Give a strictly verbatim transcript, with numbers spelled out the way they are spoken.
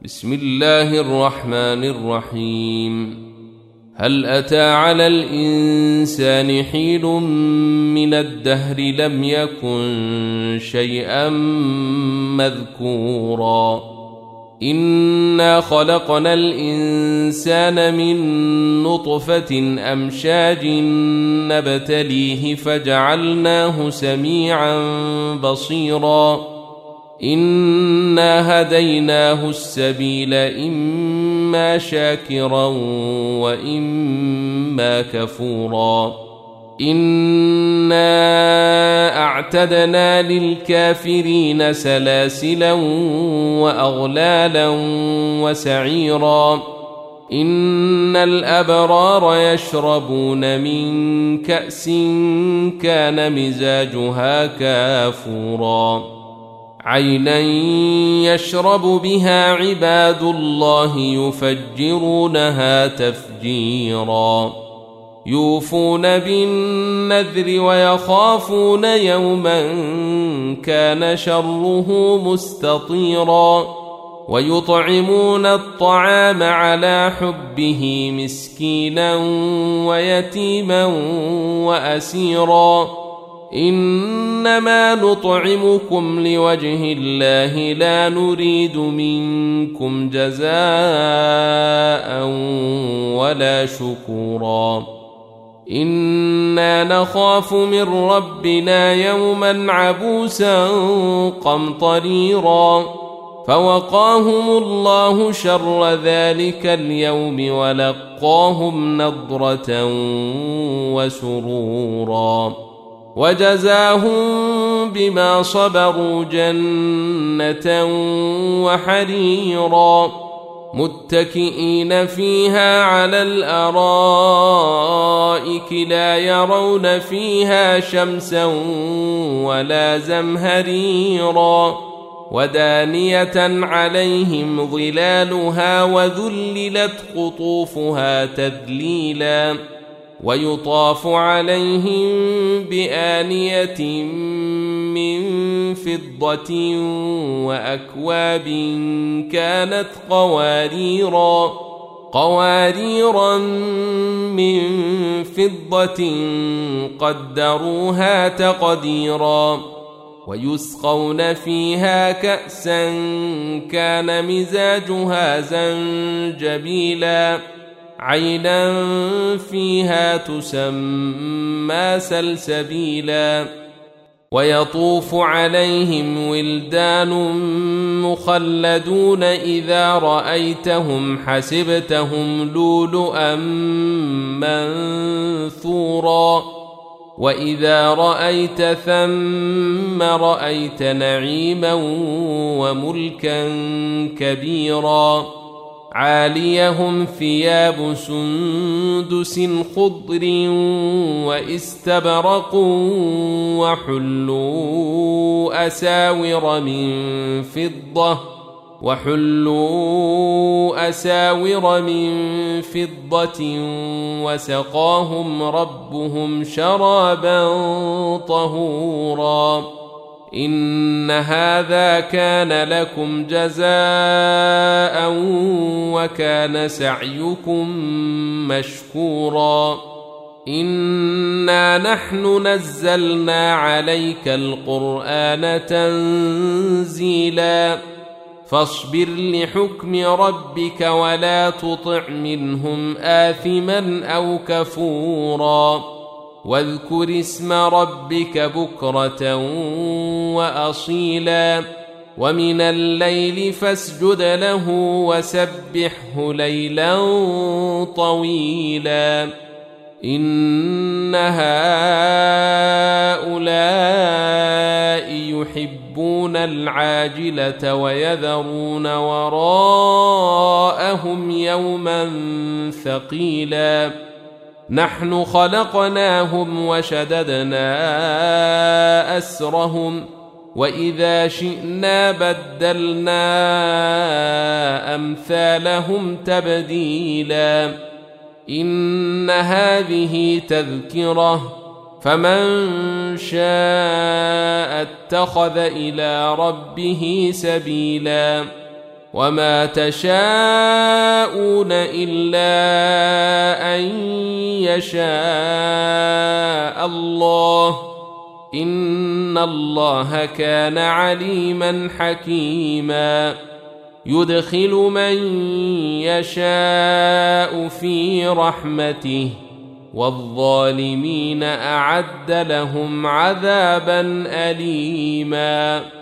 بسم الله الرحمن الرحيم. هل أتى على الإنسان حين من الدهر لم يكن شيئا مذكورا إنا خلقنا الإنسان من نطفة أمشاج نبتليه فجعلناه سميعا بصيرا إنا هديناه السبيل إما شاكرا وإما كفورا إنا أعتدنا للكافرين سلاسلا وأغلالا وسعيرا إن الأبرار يشربون من كأس كان مزاجها كافورا عينا يشرب بها عباد الله يفجرونها تفجيرا يوفون بالنذر ويخافون يوما كان شره مستطيرا ويطعمون الطعام على حبه مسكينا ويتيما وأسيرا إنما نطعمكم لوجه الله لا نريد منكم جزاء ولا شكورا إنا نخاف من ربنا يوما عبوسا قمطريرا فوقاهم الله شر ذلك اليوم ولقاهم نضرة وسرورا وجزاهم بما صبروا جنة وحريرا متكئين فيها على الأرائك لا يرون فيها شمسا ولا زمهريرا ودانية عليهم ظلالها وذللت قطوفها تذليلا ويطاف عليهم بآنية من فضة وأكواب كانت قواريرا قواريرا من فضة قدروها تقديرا ويسقون فيها كأسا كان مزاجها زنجبيلا عينا فيها تسمى سلسبيلا ويطوف عليهم ولدان مخلدون إذا رأيتهم حسبتهم لؤلؤا منثورا وإذا رأيت ثم رأيت نعيما وملكا كبيرا عاليهم ثياب سندس خضر واستبرق وحلوا أساور من فضة وحلوا أساور من فضة وسقاهم ربهم شرابا طهورا إن هذا كان لكم جزاء وكان سعيكم مشكورا إنا نحن نزلنا عليك القرآن تنزيلا فاصبر لحكم ربك ولا تطع منهم آثما أو كفورا واذكر اسم ربك بكرة وأصيلا ومن الليل فاسجد له وسبحه ليلا طويلا إن هؤلاء يحبون العاجلة ويذرون وراءهم يوما ثقيلا نحن خلقناهم وشددنا أسرهم وإذا شئنا بدلنا أمثالهم تبديلا إن هذه تذكرة فمن شاء اتخذ إلى ربه سبيلا وما تشاءون إلا أن يشاء الله إن الله كان عليما حكيما يدخل من يشاء في رحمته والظالمين أعد لهم عذابا أليما.